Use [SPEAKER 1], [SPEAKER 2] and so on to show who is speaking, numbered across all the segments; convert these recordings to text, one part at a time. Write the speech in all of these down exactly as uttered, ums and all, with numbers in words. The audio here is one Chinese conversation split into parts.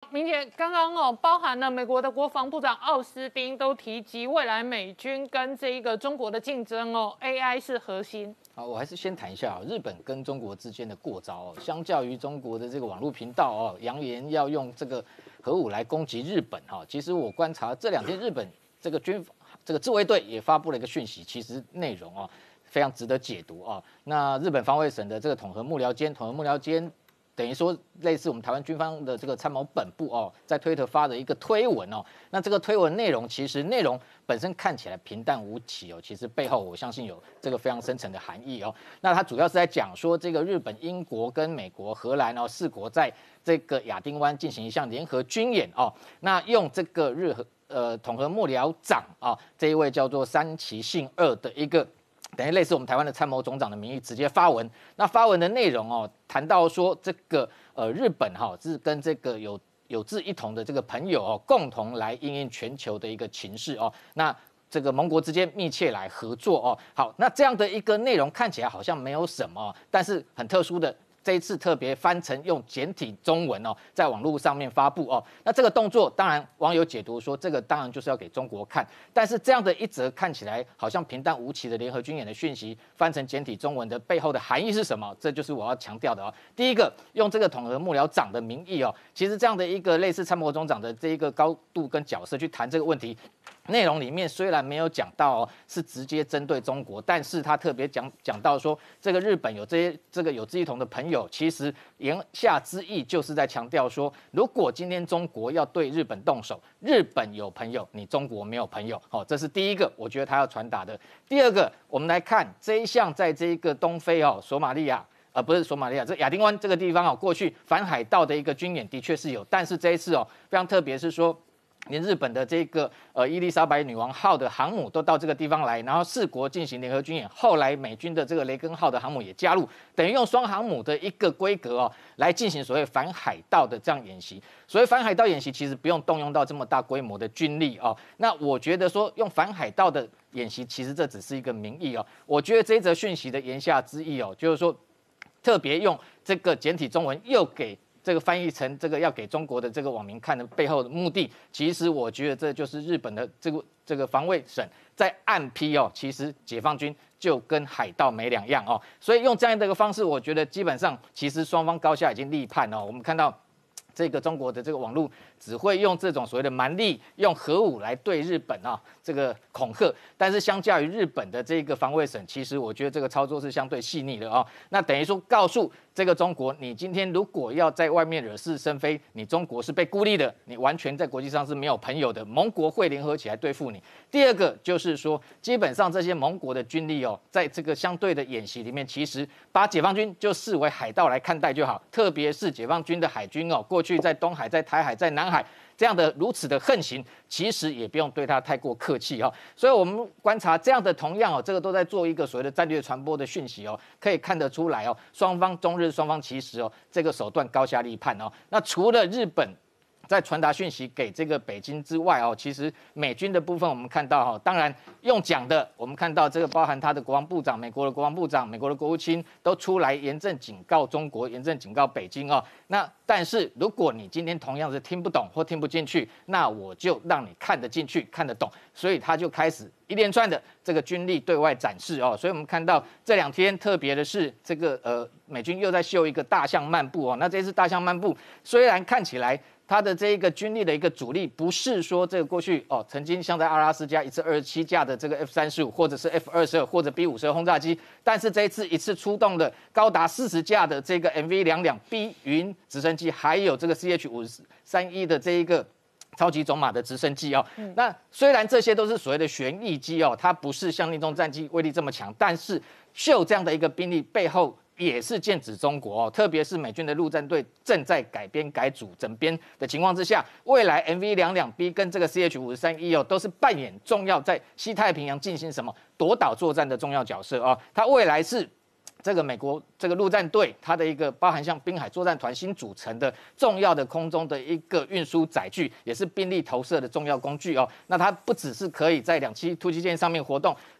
[SPEAKER 1] 明姐刚刚哦，包含了美国的国防部长奥斯汀都提及，未来美军跟这一个中国的竞争哦 ，A I 是核心。
[SPEAKER 2] 好，我还是先谈一下日本跟中国之间的过招哦。相较于中国的这个网络频道哦，扬言要用这个核武来攻击日本哈，其实我观察这两天日本这个军这个自卫队也发布了一个讯息，其实内容哦非常值得解读哦。那日本防卫省的这个统合幕僚监，统合幕僚监。等于说，类似我们台湾军方的这个参谋本部哦，在推特发的一个推文哦，那这个推文内容其实内容本身看起来平淡无奇哦，其实背后我相信有这个非常深层的含义哦。那它主要是在讲说，这个日本、英国跟美国、荷兰哦四国在这个亚丁湾进行一项联合军演哦，那用这个日和呃统合幕僚长啊、哦、这一位叫做山崎幸二的一个。等于类似我们台湾的参谋总长的名义直接发文，那发文的内容哦，谈到说这个呃日本哈、哦、是跟这个有有志一同的这个朋友哦，共同来因应全球的一个情势哦，那这个盟国之间密切来合作哦。好，那这样的一个内容看起来好像没有什么，但是很特殊的。这一次特别翻成用简体中文哦，在网络上面发布哦。那这个动作，当然网友解读说，这个当然就是要给中国看。但是这样的一则看起来好像平淡无奇的联合军演的讯息，翻成简体中文的背后的含义是什么？这就是我要强调的哦。第一个，用这个统合幕僚长的名义哦，其实这样的一个类似参谋总长的这一个高度跟角色去谈这个问题。内容里面虽然没有讲到哦，是直接针对中国，但是他特别讲讲到说，这个日本有这些这个有志一同的朋友，其实言下之意就是在强调说，如果今天中国要对日本动手，日本有朋友，你中国没有朋友，好、哦，这是第一个，我觉得他要传达的。第二个，我们来看这一项在这个东非哦，索马利亚。呃，不是索马利亚，这亚丁湾这个地方哦，过去反海盗的一个军演的确是有，但是这一次哦，非常特别是说。连日本的这个呃伊丽莎白女王号的航母都到这个地方来，然后四国进行联合军演。后来美军的这个雷根号的航母也加入，等于用双航母的一个规格哦，来进行所谓反海盗的这样演习。所谓反海盗演习，其实不用动用到这么大规模的军力哦。那我觉得说用反海盗的演习，其实这只是一个名义哦。我觉得这一则讯息的言下之意哦，就是说特别用这个简体中文又给。这个翻译成这个要给中国的这个网民看的背后的目的，其实我觉得这就是日本的这个这个防卫省在暗批哦，其实解放军就跟海盗没两样哦，所以用这样的一个方式，我觉得基本上其实双方高下已经立判哦，我们看到。这个中国的这个网络只会用这种所谓的蛮力，用核武来对日本啊这个恐吓，但是相较于日本的这个防卫省，其实我觉得这个操作是相对细腻的哦。那等于说告诉这个中国，你今天如果要在外面惹是生非，你中国是被孤立的，你完全在国际上是没有朋友的，盟国会联合起来对付你。第二个就是说，基本上这些盟国的军力哦，在这个相对的演习里面，其实把解放军就视为海盗来看待就好，特别是解放军的海军哦，过去。在东海、在台海、在南海这样的如此的横行，其实也不用对他太过客气哦。所以我们观察这样的同样哦，这个都在做一个所谓的战略传播的讯息哦，可以看得出来哦，双方中日双方其实哦，这个手段高下立判哦。那除了日本。在传达讯息给这个北京之外哦，其实美军的部分我们看到哈，当然用讲的，我们看到这个包含他的国防部长、美国的国防部长、美国的国务卿都出来严正警告中国，严正警告北京哦。那但是如果你今天同样是听不懂或听不进去，那我就让你看得进去、看得懂，所以他就开始一连串的这个军力对外展示哦。所以我们看到这两天特别的是这个呃美军又在秀一个大象漫步哦。那这次大象漫步虽然看起来。它的这一个军力的一个主力，不是说这个过去哦，曾经像在阿拉斯加一次二十七架的这个 F 三十五，或者是 F 二十二或者 B 五十二轰炸机，但是这一次一次出动的高达四十架的这个 M V 两两 B 云直升机，还有这个 C H 五三一的这一个。超级种马的直升机哦，嗯、那虽然这些都是所谓的旋翼机哦，它不是像另一种战机威力这么强，但是秀这样的一个兵力背后。也是剑指中国哦，特别是美军的陆战队正在改编改组整编的情况之下，未来 M V 两两 B 跟这个 C H 五三一哦，都是扮演重要在西太平洋进行什么夺岛作战的重要角色哦，它未来是。这个美国这个陆战队，它的一个包含像滨海作战团新组成的重要的空中的一个运输载具，也是兵力投射的重要工具哦。那它不只是可以在两栖突击舰上面活动，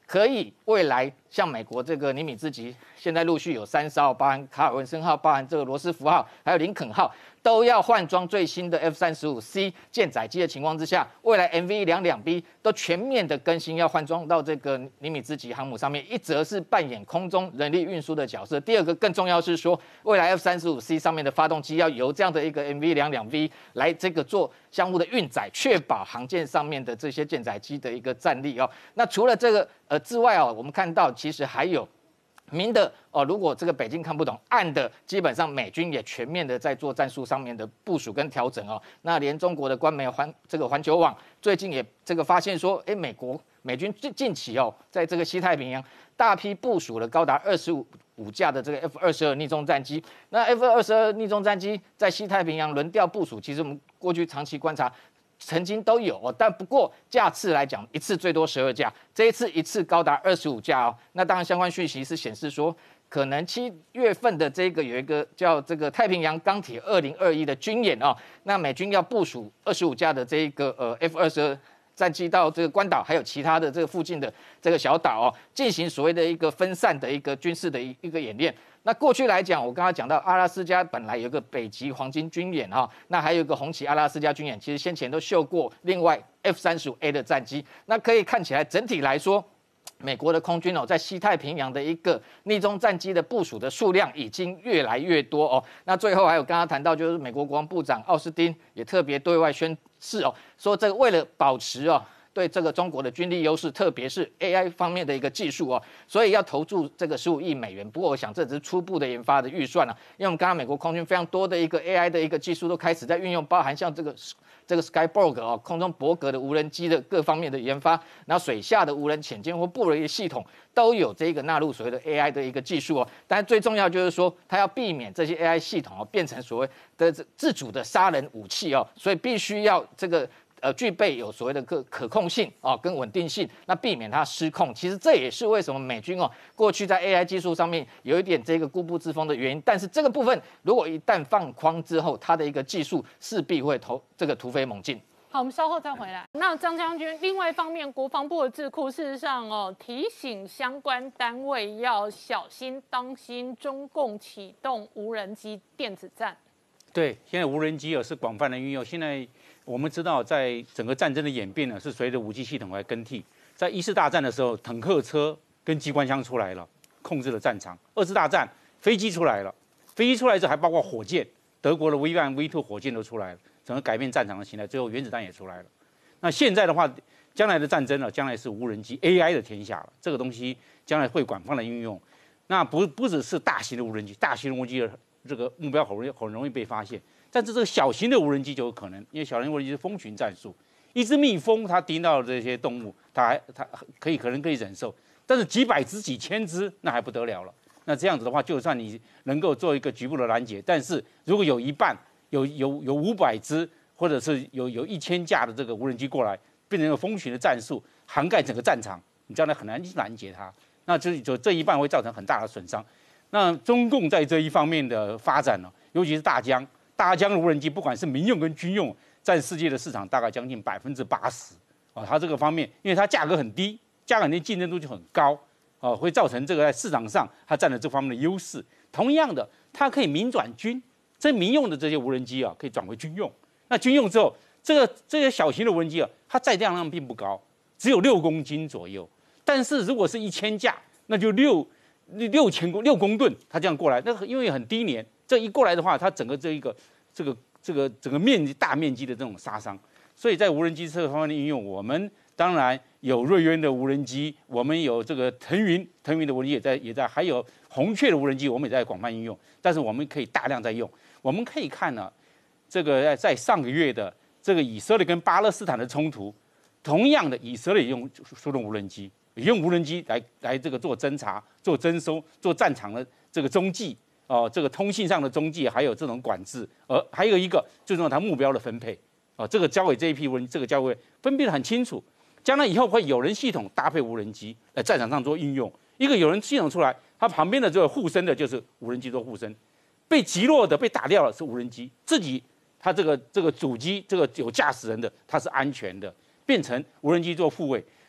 [SPEAKER 2] 可以未来像美国这个尼米兹级，现在陆续有三艘，包含卡尔文森号，包含这个罗斯福号，还有林肯号，都要换装最新的 F 三十五 C 舰载机的情况之下，未来 M V 两两 B 都全面的更新，要换装到这个尼米兹级航母上面。一则是扮演空中人力运输的角色，第二个更重要是说，未来 F 三十五 C 上面的发动机要由这样的一个 M V 两两 V 来这个做相互的运载，确保航舰上面的这些舰载机的一个战力哦。那除了这个呃之外哦，我们看到其实还有明的哦，如果这个北京看不懂，暗的基本上美军也全面的在做战术上面的部署跟调整哦。那连中国的官媒环这个环球网最近也这个发现说，哎，美国美军近近期哦，在这个西太平洋大批部署了高达二十五五架的这个 F 二十二逆中战机。那 F 二十二逆中战机在西太平洋轮调部署，其实我们过去长期观察。曾经都有哦，但不过架次来讲，一次最多十二架，这一次一次高达二十五架哦。那当然，相关讯息是显示说，可能七月份的这个有一个叫这个太平洋钢铁二零二一的军演哦，那美军要部署二十五架的这一个呃 F 二十二战机到这个关岛，还有其他的这个附近的这个小岛哦，进行所谓的一个分散的一个军事的一一个演练。那过去来讲，我刚刚讲到阿拉斯加本来有个北极黄金军演哈，那还有一个红旗阿拉斯加军演，其实先前都秀过另外 F 三十五 A 的战机，那可以看起来整体来说，美国的空军哦，在西太平洋的一个逆中战机的部署的数量已经越来越多哦。那最后还有刚刚谈到，就是美国国防部长奥斯汀也特别对外宣示哦，说这个为了保持哦。对这个中国的军力优势，特别是 A I 方面的一个技术哦，所以要投注这个十五亿美元。不过我想这只是初步的研发的预算了、啊，因为我们刚刚美国空军非常多的一个 A I 的一个技术都开始在运用，包含像这个这个 Skyborg 哦，空中伯格的无人机的各方面的研发，然后水下的无人潜舰或布雷系统都有这个纳入所谓的 A I 的一个技术哦。但最重要就是说，它要避免这些 A I 系统哦变成所谓的自主的杀人武器哦，所以必须要这个。呃，具备有所谓的可可控性啊、哦，跟稳定性，那避免它失控。其实这也是为什么美军哦过去在 A I 技术上面有一点这个固步自封的原因。但是这个部分如果一旦放宽之后，它的一个技术势必会投这个突飞猛进。
[SPEAKER 1] 好，我们稍后再回来。那张将军，另外一方面，国防部的智库事实上哦提醒相关单位要小心当心中共启动无人机电子战。
[SPEAKER 3] 对，现在无人机哦是广泛的运用。现在我们知道，在整个战争的演变呢，是随着武器系统来更替。在一次大战的时候，坦克车跟机关枪出来了，控制了战场。二次大战，飞机出来了，飞机出来之后还包括火箭，德国的 V 一 V 二 火箭都出来了，整个改变战场的形态。最后原子弹也出来了。那现在的话，将来的战争呢，将来是无人机 A I 的天下了。这个东西将来会广泛的运用。那不不只是大型的无人机，大型的无人机的这个目标很容易很容易被发现。但是这个小型的无人机就有可能，因为小型无人机是蜂群战术，一只蜜蜂它叮到这些动物，它还它可以可能可以忍受，但是几百只、几千只那还不得了了。那这样子的话，就算你能够做一个局部的拦截，但是如果有一半有有有五百只，或者是有有一千架的这个无人机过来，变成一个蜂群的战术，涵盖整个战场，你将来很难去拦截它。那就就这一半会造成很大的损伤。那中共在这一方面的发展呢，尤其是大疆。大疆的无人机，不管是民用跟军用，占世界的市场大概将近百分之八十啊。它这个方面，因为它价格很低，价格很低，竞争度就很高啊，会造成这个在市场上它占了这方面的优势。同样的，它可以民转军，这民用的这些无人机啊，可以转为军用。那军用之后，这个这些小型的无人机啊，它载量量并不高，只有六公斤左右。但是如果是一千架，那就六六千公六公吨，它这样过来，那因为很低廉。这一过来的话，它整个这一个这个这个整个面积大面积的这种杀伤，所以在无人机这方面的应用，我们当然有瑞渊的无人机，我们有这个腾云腾云的无人机也在也在，还有红雀的无人机，我们也在广泛应用。但是我们可以大量在用。我们可以看呢、啊，这个在上个月的这个以色列跟巴勒斯坦的冲突，同样的以色列也用出动无人机，也用无人机来来这个做侦查、做征收、做战场的这个踪迹。哦，这个通信上的踪迹，还有这种管制，而还有一个最重要，它目标的分配，哦，这个交给这一批无人，这个交给分配得很清楚。将来以后会有人系统搭配无人机在战场上做应用，一个有人系统出来，它旁边的这个护身的就是无人机做护身，被击落的被打掉了是无人机，自己它这个这个主机这个有驾驶人的它是安全的，变成无人机做护卫。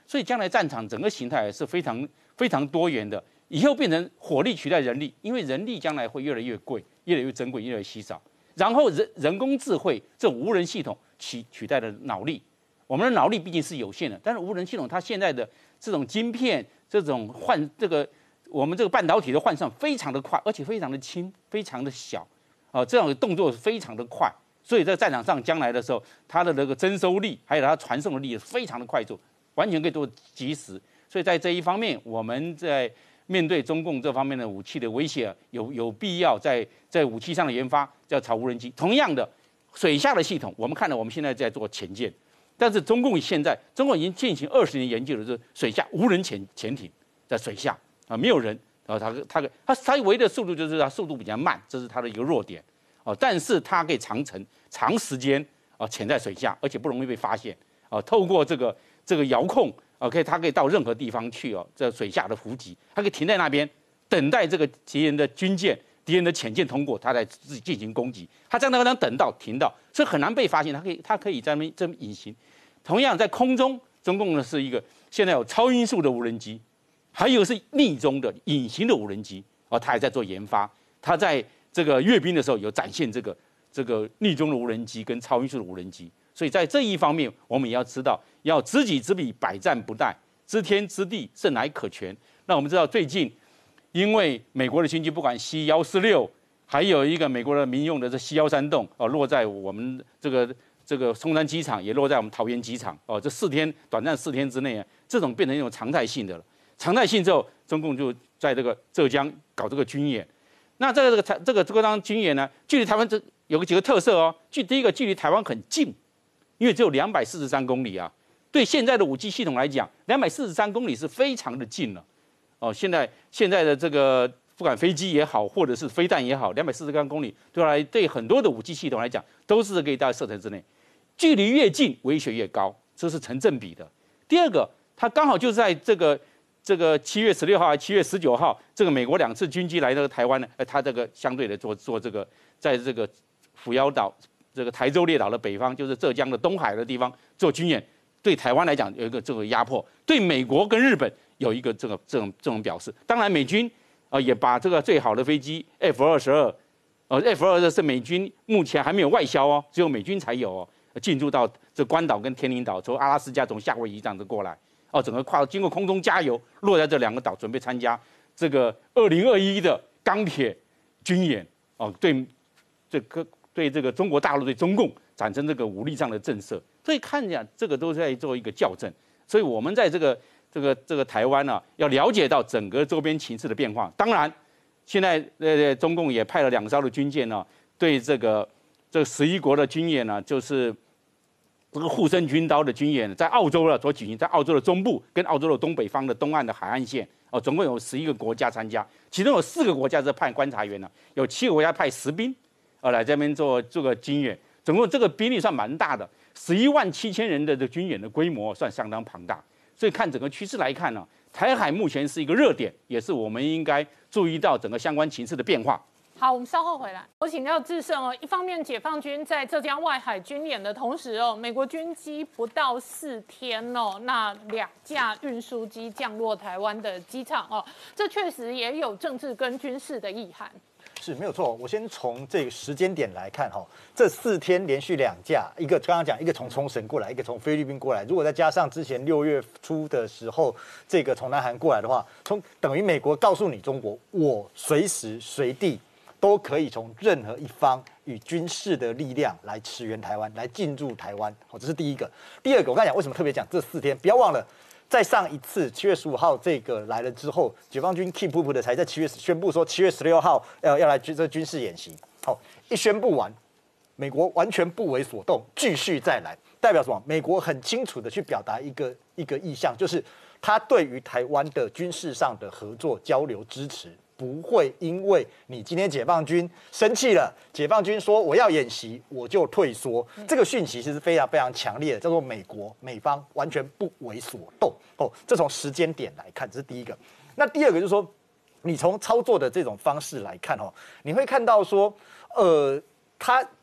[SPEAKER 3] 所以将来战场整个形态是非常非常多元的。以后变成火力取代人力，因为人力将来会越来越贵、越来越珍贵、越来越稀少。然后人人工智慧这种无人系统取取代了脑力，我们的脑力毕竟是有限的，但是无人系统它现在的这种晶片、这种换这个我们这个半导体的换算非常的快，而且非常的轻、非常的小，啊、呃，这样的动作非常的快，所以在战场上将来的时候，它的那个征收力还有它传送的力非常的快速，完全可以做及时。所以在这一方面，我们在面对中共这方面的武器的威胁，有有必要在在武器上的研发，要朝无人机。同样的，水下的系统，我们看到我们现在在做潜舰，但是中共现在中共已经进行二十年研究的是水下无人潜潜艇在水下啊，没有人，然后它它它它唯一的速度就是它速度比较慢，这是它的一个弱点哦。但是它可以长程长时间啊潜在水下，而且不容易被发现啊。透过这个这个遥控。OK， 它可以到任何地方去哦，这水下的伏击，它可以停在那边，等待这个敌人的军舰、敌人的潜舰通过，它来自己进行攻击。它这样能等到停到，所以很难被发现。它可以，它可以在那边这么隐形。同样在空中，中共呢是一个现在有超音速的无人机，还有是逆中的隐形的无人机哦，它还在做研发。它在这个阅兵的时候有展现这个这个逆中的无人机跟超音速的无人机。所以在这一方面，我们也要知道，要知己知彼，百战不殆，知天知地，胜乃可全。那我们知道，最近因为美国的军机，不管 C 一四六，还有一个美国的民用的这 C 一三洞哦，落在我们这个这个松山机场，也落在我们桃园机场哦。这四天短暂四天之内啊，这种变成一种常态性的了。常态性之后，中共就在这个浙江搞这个军演。那这个这个这个浙江军演呢，距离台湾这有个几个特色哦。距第一个，距离台湾很近。因为只有两百四十三公里啊，对现在的武器系统来讲，两百四十三公里是非常的近了。哦，现在现在的这个不管飞机也好，或者是飞弹也好，两百四十三公里对来对很多的武器系统来讲，都是可以在射程之内。距离越近，威胁越高，这是成正比的。第二个，它刚好就在这个这个七月十六号还七月十九号，这个美国两次军机来到台湾呢，呃，它这个相对的做做这个，在这个虎腰岛。这个台州列岛的北方，就是浙江的东海的地方做军演，对台湾来讲有一个这个压迫，对美国跟日本有一个这个这种这种表示。当然，美军啊、呃、也把这个最好的飞机 F 二十二，呃 F 二十二是美军目前还没有外销哦，只有美军才有哦，进驻到这关岛跟天宁岛，从阿拉斯加从夏威夷这样子过来哦，整个跨经过空中加油，落在这两个岛，准备参加这个二零二一的钢铁军演哦，对这个。对这个中国大陆对中共产生这个武力上的震慑，所以看起来这个都是在做一个校正。所以我们在这个这个这个台湾呢、啊，要了解到整个周边情势的变化。当然，现在呃中共也派了两艘的军舰呢、啊，对这个这十一国的军演呢，就是这个护身军刀的军演，在澳洲了所举行，在澳洲的中部跟澳洲的东北方的东岸的海岸线哦，总共有十一个国家参加，其中有四个国家是派观察员呢、啊，有七个国家派实兵。呃，来这边做这个军演，总共这个比例算蛮大的，十一万七千人的这军演的规模算相当庞大。所以看整个趋势来看呢、啊，台海目前是一个热点，也是我们应该注意到整个相关情势的变化。
[SPEAKER 1] 好，我们稍后回来。我请教智胜哦，一方面解放军在浙江外海军演的同时哦，美国军机不到四天哦，那两架运输机降落台湾的机场哦，这确实也有政治跟军事的意涵。
[SPEAKER 4] 是没有错，我先从这个时间点来看哈，这四天连续两架，一个刚刚讲，一个从冲绳过来，一个从菲律宾过来，如果再加上之前六月初的时候，这个从南韩过来的话，从等于美国告诉你中国，我随时随地都可以从任何一方与军事的力量来驰援台湾，来进驻台湾，好，这是第一个。第二个，我刚才讲为什么特别讲这四天，不要忘了。在上一次七月十五号这个来了之后，解放军 keep up 的才在七月宣布说七月十六号要要来这个军事演习。好，一宣布完，美国完全不为所动，继续再来，代表什么？美国很清楚的去表达一个一个意向，就是他对于台湾的军事上的合作交流支持。不会因为你今天解放军生气了，解放军说我要演习，我就退缩。这个讯息其实非常非常强烈的，叫做美国美方完全不为所动哦。这从时间点来看，这是第一个。那第二个就是说，你从操作的这种方式来看哦，你会看到说，呃，他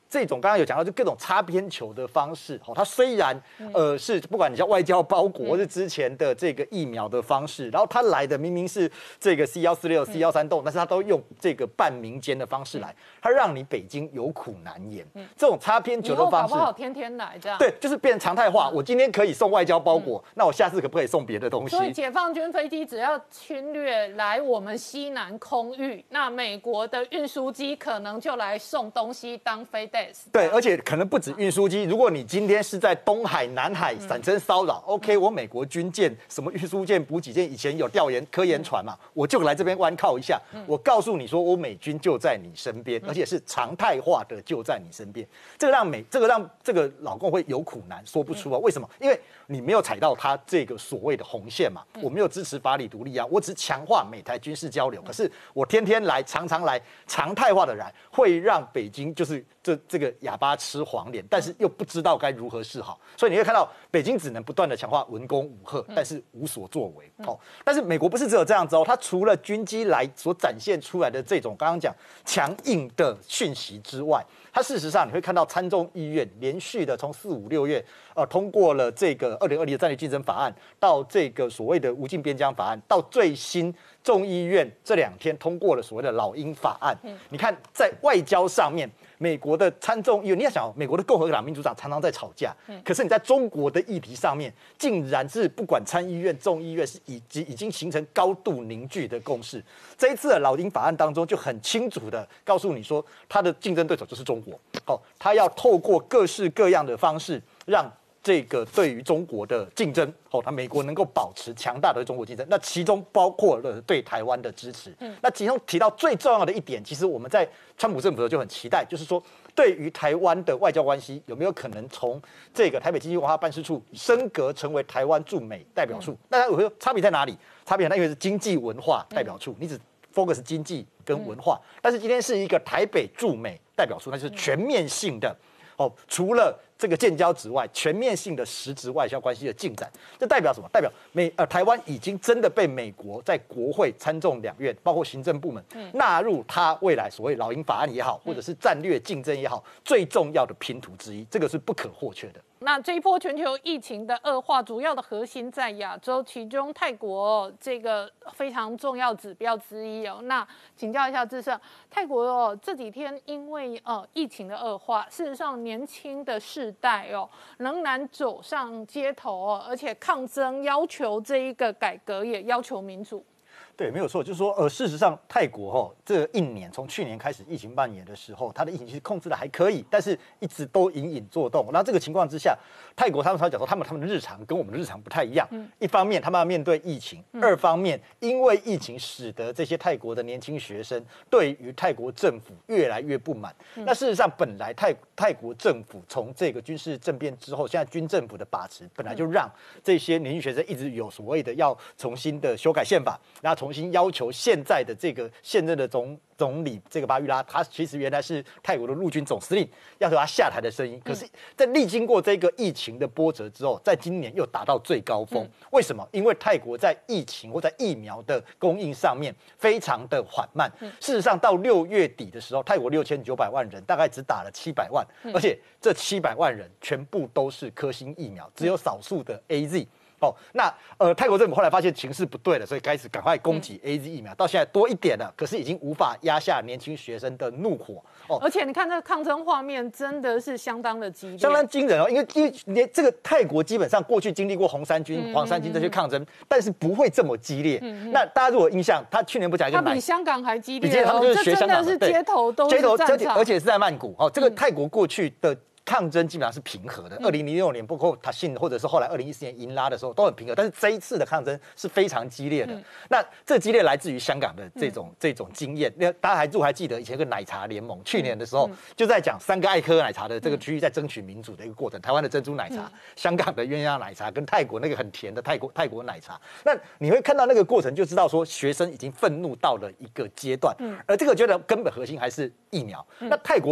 [SPEAKER 4] 这种刚刚有讲到，就各种擦边球的方式，哦，它虽然呃是不管你叫外交包裹，或是之前的这个疫苗的方式，然后它来的明明是这个 C 一四六、C 一三栋，但是它都用这个半民间的方式来，它让你北京有苦难言。这种擦边球的方式，
[SPEAKER 1] 搞不好天天来这样。
[SPEAKER 4] 对，就是变成常态化。我今天可以送外交包裹，那我下次可不可以送别的东西？
[SPEAKER 1] 所以解放军飞机只要侵略来我们西南空域，那美国的运输机可能就来送东西当飞弹。
[SPEAKER 4] 对，而且可能不止运输机。如果你今天是在东海、南海产生骚扰、嗯、，OK， 我美国军舰、什么运输舰、补给舰，以前有调研科研船嘛，我就来这边弯靠一下。嗯、我告诉你说，我美军就在你身边，而且是常态化的就在你身边。这个让美，这个让这个老共会有苦难说不出啊。为什么？因为你没有踩到他这个所谓的红线嘛。我没有支持法理独立啊，我只是强化美台军事交流。可是我天天来、常常来、常态化的来，会让北京就是这。这个哑巴吃黄连，但是又不知道该如何是好，所以你会看到北京只能不断的强化文攻武吓，但是无所作为。哦，但是美国不是只有这样子哦，它除了军机来所展现出来的这种刚刚讲强硬的讯息之外，它事实上你会看到参众议院连续的从四五六月呃通过了这个二零二零的战略竞争法案，到这个所谓的无尽边疆法案，到最新众议院这两天通过了所谓的老鹰法案。你看在外交上面。美国的参众议员，你要想，美国的共和党、民主党常常在吵架，可是你在中国的议题上面，竟然是不管参议院、众议院是已经已经形成高度凝聚的共识。这一次的老鹰法案当中，就很清楚的告诉你说，他的竞争对手就是中国。哦，他要透过各式各样的方式让。这个对于中国的竞争，哦，他美国能够保持强大的中国竞争，那其中包括了对台湾的支持。嗯，那其中提到最重要的一点，其实我们在川普政府的时候就很期待，就是说对于台湾的外交关系有没有可能从这个台北经济文化办事处升格成为台湾驻美代表处？嗯、大家有没有差别在哪里？差别在因为是经济文化代表处，嗯、你只 focus 经济跟文化，嗯、但是今天是一个台北驻美代表处，那就是全面性的。哦，除了这个建交之外，全面性的实质外交关系的进展，这代表什么？代表美呃台湾已经真的被美国在国会、参众两院，包括行政部门纳入它未来所谓老鹰法案也好，或者是战略竞争也好，最重要的拼图之一，这个是不可或缺的。
[SPEAKER 1] 那这一波全球疫情的恶化，主要的核心在亚洲，其中泰国、哦、这个非常重要指标之一哦。那请教一下智胜，泰国哦这几天因为呃疫情的恶化，事实上年轻的世代哦仍然走上街头哦，而且抗争，要求这一个改革，也要求民主。
[SPEAKER 4] 对，没有错，就是说，呃，事实上，泰国哈、哦、这一年从去年开始疫情蔓延的时候，它的疫情其实控制的还可以，但是一直都隐隐作动。然后这个情况之下，泰国他们常讲说，他们他们的日常跟我们的日常不太一样。嗯、一方面他们要面对疫情，嗯、二方面因为疫情使得这些泰国的年轻学生对于泰国政府越来越不满。嗯、那事实上，本来泰泰国政府从这个军事政变之后，现在军政府的把持本来就让这些年轻学生一直有所谓的要重新的修改宪法，然后重新要求现在的这个现任的总总理这个巴育拉，他其实原来是泰国的陆军总司令，要求他下台的声音。可是，在历经过这个疫情的波折之后，在今年又达到最高峰。嗯、为什么？因为泰国在疫情或在疫苗的供应上面非常的缓慢。嗯、事实上，到六月底的时候，泰国六千九百万人大概只打了七百万，嗯、而且这七百万人全部都是科兴疫苗，只有少数的 A Z。哦，那呃，泰国政府后来发现情势不对了，所以开始赶快供给 A Z 疫苗，到现在多一点了，可是已经无法压下年轻学生的怒火。
[SPEAKER 1] 哦，而且你看这个抗争画面真的是相当的激烈，
[SPEAKER 4] 相当惊人哦。因为因为连这个泰国基本上过去经历过红衫军、黄衫军这些抗争，嗯、但是不会这么激烈。嗯、那大家如果有印象，他去年不讲一个，
[SPEAKER 1] 他比香港还激烈、哦，
[SPEAKER 4] 比他们就是学香港的，
[SPEAKER 1] 这真的是街头都是战场，
[SPEAKER 4] 而且是在曼谷。哦，这个泰国过去的抗争基本上是平和的。二零零六年，包括他信或者是后来二零一四年银拉的时候都很平和，但是这一次的抗争是非常激烈的。嗯、那这激烈来自于香港的这种、嗯、这种经验。那大家还如果还记得以前有个奶茶联盟，去年的时候、嗯、就在讲三个爱喝奶茶的这个区域在争取民主的一个过程。台湾的珍珠奶茶、嗯、香港的鸳鸯奶茶跟泰国那个很甜的泰国泰国奶茶。那你会看到那个过程，就知道说学生已经愤怒到了一个阶段。嗯、而这个阶段根本核心还是疫苗。嗯、那泰国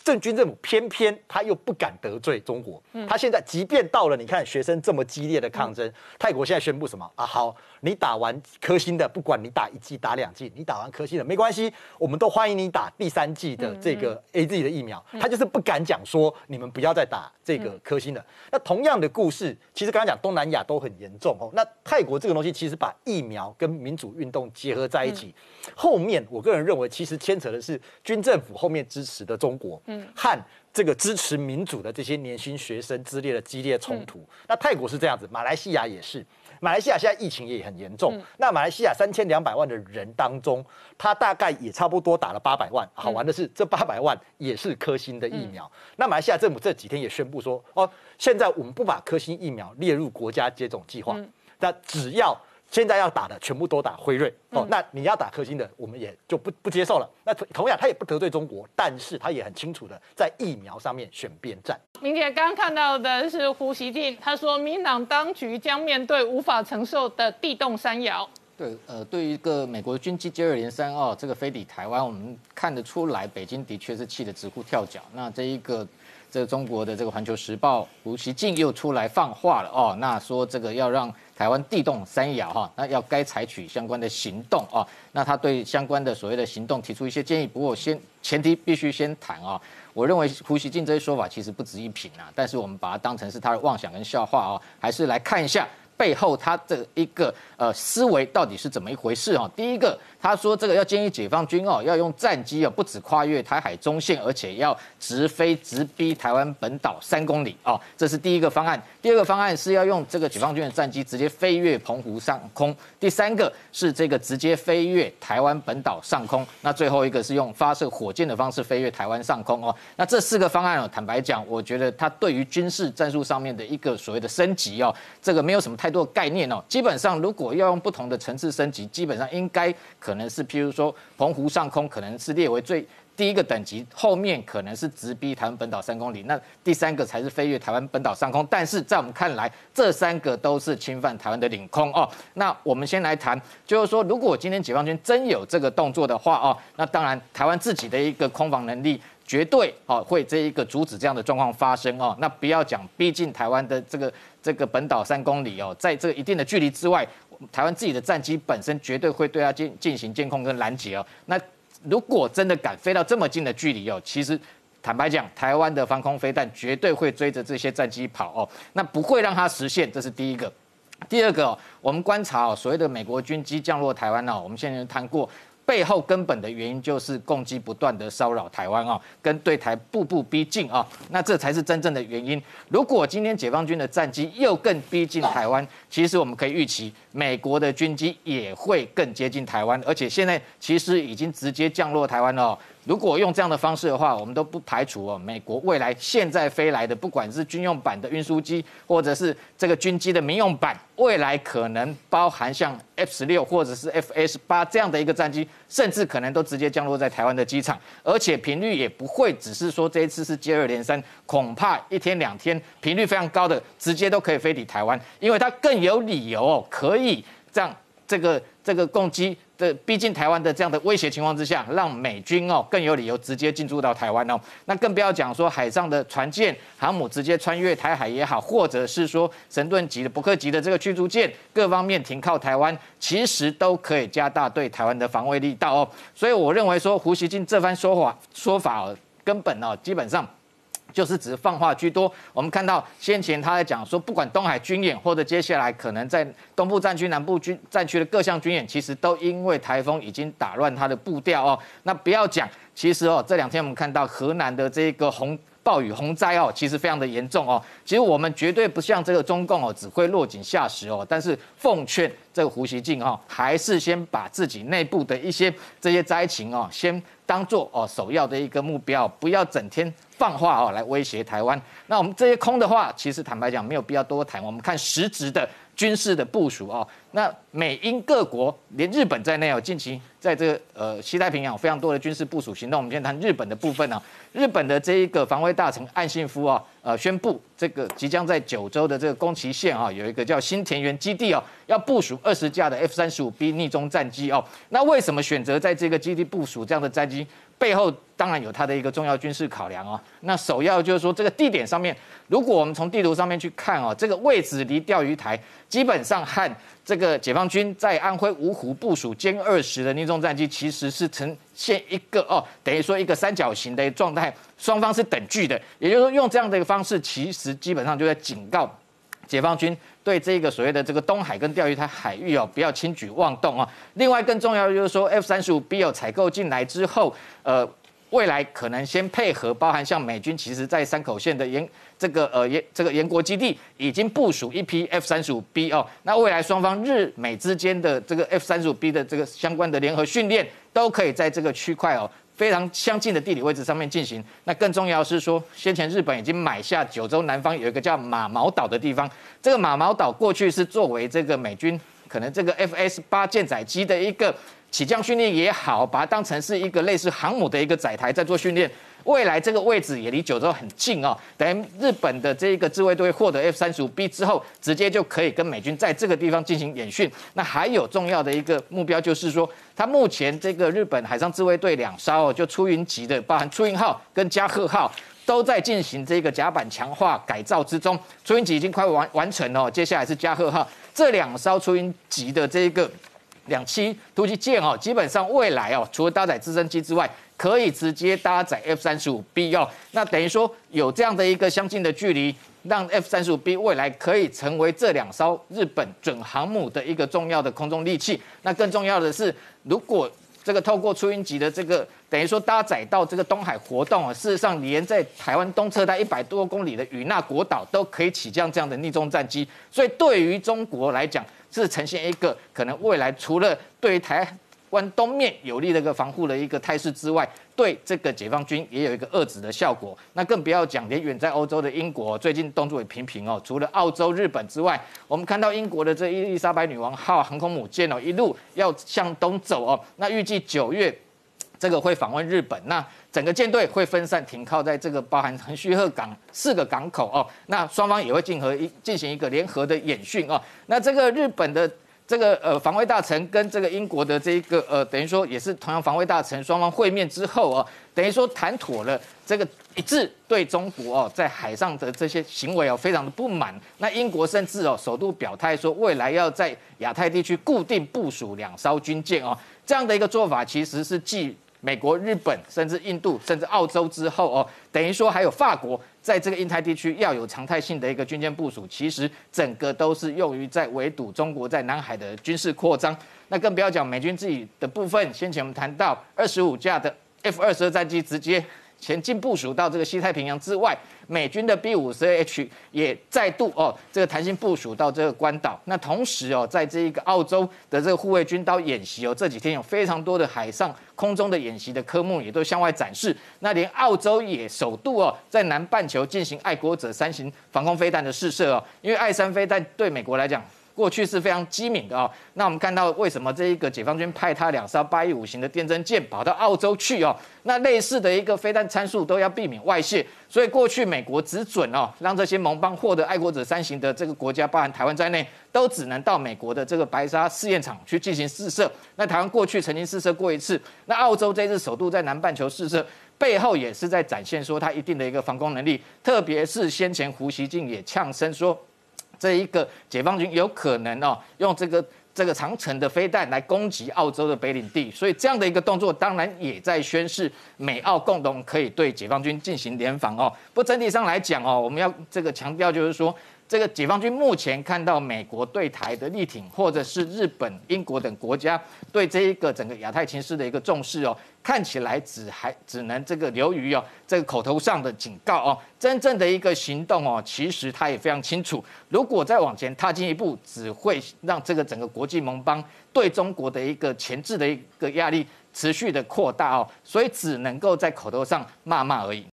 [SPEAKER 4] 郑军政府偏偏他又不敢得罪中国，他现在即便到了你看学生这么激烈的抗争，泰国现在宣布什么啊？好，你打完科兴的，不管你打一剂打两剂，你打完科兴的没关系，我们都欢迎你打第三剂的这个 A Z 的疫苗，他就是不敢讲说你们不要再打这个科兴的。那同样的故事，其实刚刚讲东南亚都很严重哦。那泰国这个东西其实把疫苗跟民主运动结合在一起，后面我个人认为其实牵扯的是军政府后面支持的中国，和这个支持民主的这些年轻学生之间的激烈冲突。那泰国是这样子，马来西亚也是。马来西亚现在疫情也很严重，嗯、那马来西亚三千两百万的人当中，他大概也差不多打了八百万。好玩的是，这八百万也是科兴的疫苗。嗯、那马来西亚政府这几天也宣布说，哦，现在我们不把科兴疫苗列入国家接种计划，嗯、那只要现在要打的全部都打辉瑞哦，嗯、那你要打科兴的，我们也就不不接受了。那同样，他也不得罪中国，但是他也很清楚的在疫苗上面选边站。
[SPEAKER 1] 明姐刚刚看到的是胡锡进，他说民党当局将面对无法承受的地动山摇。
[SPEAKER 2] 对，呃，对于一个美国的军机接二连三哦，这个飞抵台湾，我们看得出来，北京的确是气得直呼跳脚。那这一个。这个中国的这个《环球时报》胡锡进又出来放话了哦，那说这个要让台湾地动山摇哈，那要该采取相关的行动哦。那他对相关的所谓的行动提出一些建议，不过先前提必须先谈啊、哦。我认为胡锡进这些说法其实不值一评啊，但是我们把它当成是他的妄想跟笑话哦，还是来看一下背后他的一个呃思维到底是怎么一回事哦。第一个，他说这个要建议解放军哦，要用战机哦，不只跨越台海中线，而且要直飞直逼台湾本岛三公里哦，这是第一个方案。第二个方案是要用这个解放军的战机直接飞越澎湖上空。第三个是这个直接飞越台湾本岛上空。那最后一个是用发射火箭的方式飞越台湾上空哦。那这四个方案哦，坦白讲，我觉得它对于军事战术上面的一个所谓的升级哦，这个没有什么太多的概念哦。基本上如果要用不同的层次升级，基本上应该可能是譬如说澎湖上空可能是列为最第一个等级，后面可能是直逼台湾本岛三公里，那第三个才是飞越台湾本岛上空。但是在我们看来，这三个都是侵犯台湾的领空哦。那我们先来谈，就是说，如果今天解放军真有这个动作的话哦，那当然台湾自己的一个空防能力绝对哦会这一个阻止这样的状况发生哦。那不要讲逼近台湾的这个这个本岛三公里哦，在这个一定的距离之外，台湾自己的战机本身绝对会对它进进行监控跟拦截哦。那如果真的敢飞到这么近的距离哦，其实坦白讲，台湾的防空飞弹绝对会追着这些战机跑哦，那不会让它实现，这是第一个。第二个、哦，我们观察哦，所谓的美国军机降落台湾哦，我们现在谈过。背后根本的原因就是共机不断的骚扰台湾哦，跟对台步步逼近啊、哦，那这才是真正的原因。如果今天解放军的战机又更逼近台湾，其实我们可以预期美国的军机也会更接近台湾，而且现在其实已经直接降落台湾了、哦。如果用这样的方式的话，我们都不排除哦，美国未来现在飞来的，不管是军用版的运输机，或者是这个军机的民用版，未来可能包含像 F 十六或者是 F A 十八这样的一个战机，甚至可能都直接降落在台湾的机场，而且频率也不会只是说这一次是接二连三，恐怕一天两天频率非常高的，直接都可以飞抵台湾，因为它更有理由哦，可以让这个这个共机的逼近台湾的这样的威胁情况之下，让美军哦更有理由直接进驻到台湾哦。那更不要讲说海上的船舰、航母直接穿越台海也好，或者是说神盾级的、伯克级的这个驱逐舰，各方面停靠台湾，其实都可以加大对台湾的防卫力道哦。所以我认为说胡锡进这番说法说法哦，根本哦基本上。就是只放话居多。我们看到先前他在讲说，不管东海军演或者接下来可能在东部战区、南部军战区的各项军演，其实都因为台风已经打乱他的步调哦。那不要讲，其实哦这两天我们看到河南的这个洪暴雨洪灾哦，其实非常的严重哦。其实我们绝对不像这个中共哦，只会落井下石哦。但是奉劝这个胡锡进哦，还是先把自己内部的一些这些灾情哦，先当做哦首要的一个目标，不要整天放话哦来威胁台湾。那我们这些空的话，其实坦白讲没有必要多谈。我们看实质的军事的部署哦。那美英各国，连日本在内哦，近期在这个呃西太平洋有非常多的军事部署行动。我们先谈日本的部分呢、哦，日本的这一个防卫大臣岸信夫哦，呃宣布这个即将在九州的这个宫崎县啊、哦，有一个叫新田园基地哦，要部署二十架的 F 三十五 B 逆中战机哦。那为什么选择在这个基地部署这样的战机？ 背后当然有它的一个重要军事考量哦。那首要就是说，这个地点上面，如果我们从地图上面去看哦，这个位置离钓鱼台基本上和这个解放军在安徽芜湖部署歼二十的逆中战机，其实是呈现一个哦，等于说一个三角形的状态，双方是等距的。也就是说，用这样的一个方式，其实基本上就在警告解放军对这个所谓的这个东海跟钓鱼台海域哦，不要轻举妄动哦。另外更重要的就是说 ，F 三十五 B 哦采购进来之后，呃。未来可能先配合，包含像美军，其实在山口县的沿这个呃沿这个沿国基地已经部署一批 F 三十五 B 哦。那未来双方日美之间的这个 F 三十五 B 的这个相关的联合训练，都可以在这个区块哦非常相近的地理位置上面进行。那更重要的是说，先前日本已经买下九州南方有一个叫马毛岛的地方，这个马毛岛过去是作为这个美军可能这个 F S 八舰载机的一个起降训练也好，把它当成是一个类似航母的一个载台在做训练。未来这个位置也离九州很近哦，等于日本的这个自卫队获得 F 三十五 B 之后，直接就可以跟美军在这个地方进行演训。那还有重要的一个目标就是说，它目前这个日本海上自卫队两艘哦，就出云级的，包含出云号跟加贺号，都在进行这个甲板强化改造之中。出云级已经快完完成了，接下来是加贺号这两艘出云级的这个两栖突击舰哦，基本上未来哦，除了搭载直升机之外，可以直接搭载 F 三十五 B 哦。那等于说有这样的一个相近的距离，让 F 三十五 B 未来可以成为这两艘日本准航母的一个重要的空中利器。那更重要的是，如果这个透过出云级的这个等于说搭载到这个东海活动啊，事实上连在台湾东侧带一百多公里的与那国岛都可以起降这样的逆中战机，所以对于中国来讲，是呈现一个可能未来除了对于台湾东面有利的一个防护的一个态势之外，对这个解放军也有一个遏制的效果。那更不要讲，连远在欧洲的英国最近动作也频频哦。除了澳洲、日本之外，我们看到英国的这伊丽莎白女王号航空母舰哦，一路要向东走哦。那预计九月这个会访问日本，那整个舰队会分散停靠在这个包含横须贺港四个港口哦。那双方也会进行一进行一个联合的演训哦。那这个日本的这个呃防卫大臣跟这个英国的这一个呃等于说也是同样防卫大臣，双方会面之后哦，等于说谈妥了这个一致对中国哦在海上的这些行为哦非常的不满。那英国甚至哦首度表态说，未来要在亚太地区固定部署两艘军舰哦，这样的一个做法其实是继美国、日本，甚至印度，甚至澳洲之后哦，等于说还有法国，在这个印太地区要有常态性的一个军舰部署，其实整个都是用于在围堵中国在南海的军事扩张。那更不要讲美军自己的部分，先前我们谈到二十五架的 F 二十二战机直接前进部署到这个西太平洋之外，美军的 B 五十 H 也再度哦这个弹性部署到这个关岛。那同时哦，在这一个澳洲的这个护卫军刀演习哦，这几天有非常多的海上、空中的演习的科目也都向外展示。那连澳洲也首度哦在南半球进行爱国者三型防空飞弹的试射哦，因为爱三飞弹对美国来讲，过去是非常机敏的哦。那我们看到为什么这一个解放军派他两艘八一五型的电侦舰跑到澳洲去哦？那类似的一个飞弹参数都要避免外泄，所以过去美国只准哦让这些盟邦获得爱国者三型的这个国家，包含台湾在内，都只能到美国的这个白沙试验场去进行试射。那台湾过去曾经试射过一次，那澳洲这次首度在南半球试射，背后也是在展现说它一定的一个防空能力，特别是先前胡锡进也呛声说，这一个解放军有可能哦用这个这个长程的飞弹来攻击澳洲的北领地，所以这样的一个动作当然也在宣示美澳共同可以对解放军进行联防哦。不过整体上来讲哦，我们要这个强调就是说，这个解放军目前看到美国对台的力挺，或者是日本、英国等国家对这一个整个亚太情势的一个重视哦，看起来只还只能这个流于哦这个口头上的警告哦，真正的一个行动哦，其实他也非常清楚，如果再往前踏进一步，只会让这个整个国际盟邦对中国的一个前置的一个压力持续的扩大哦，所以只能够在口头上骂骂而已。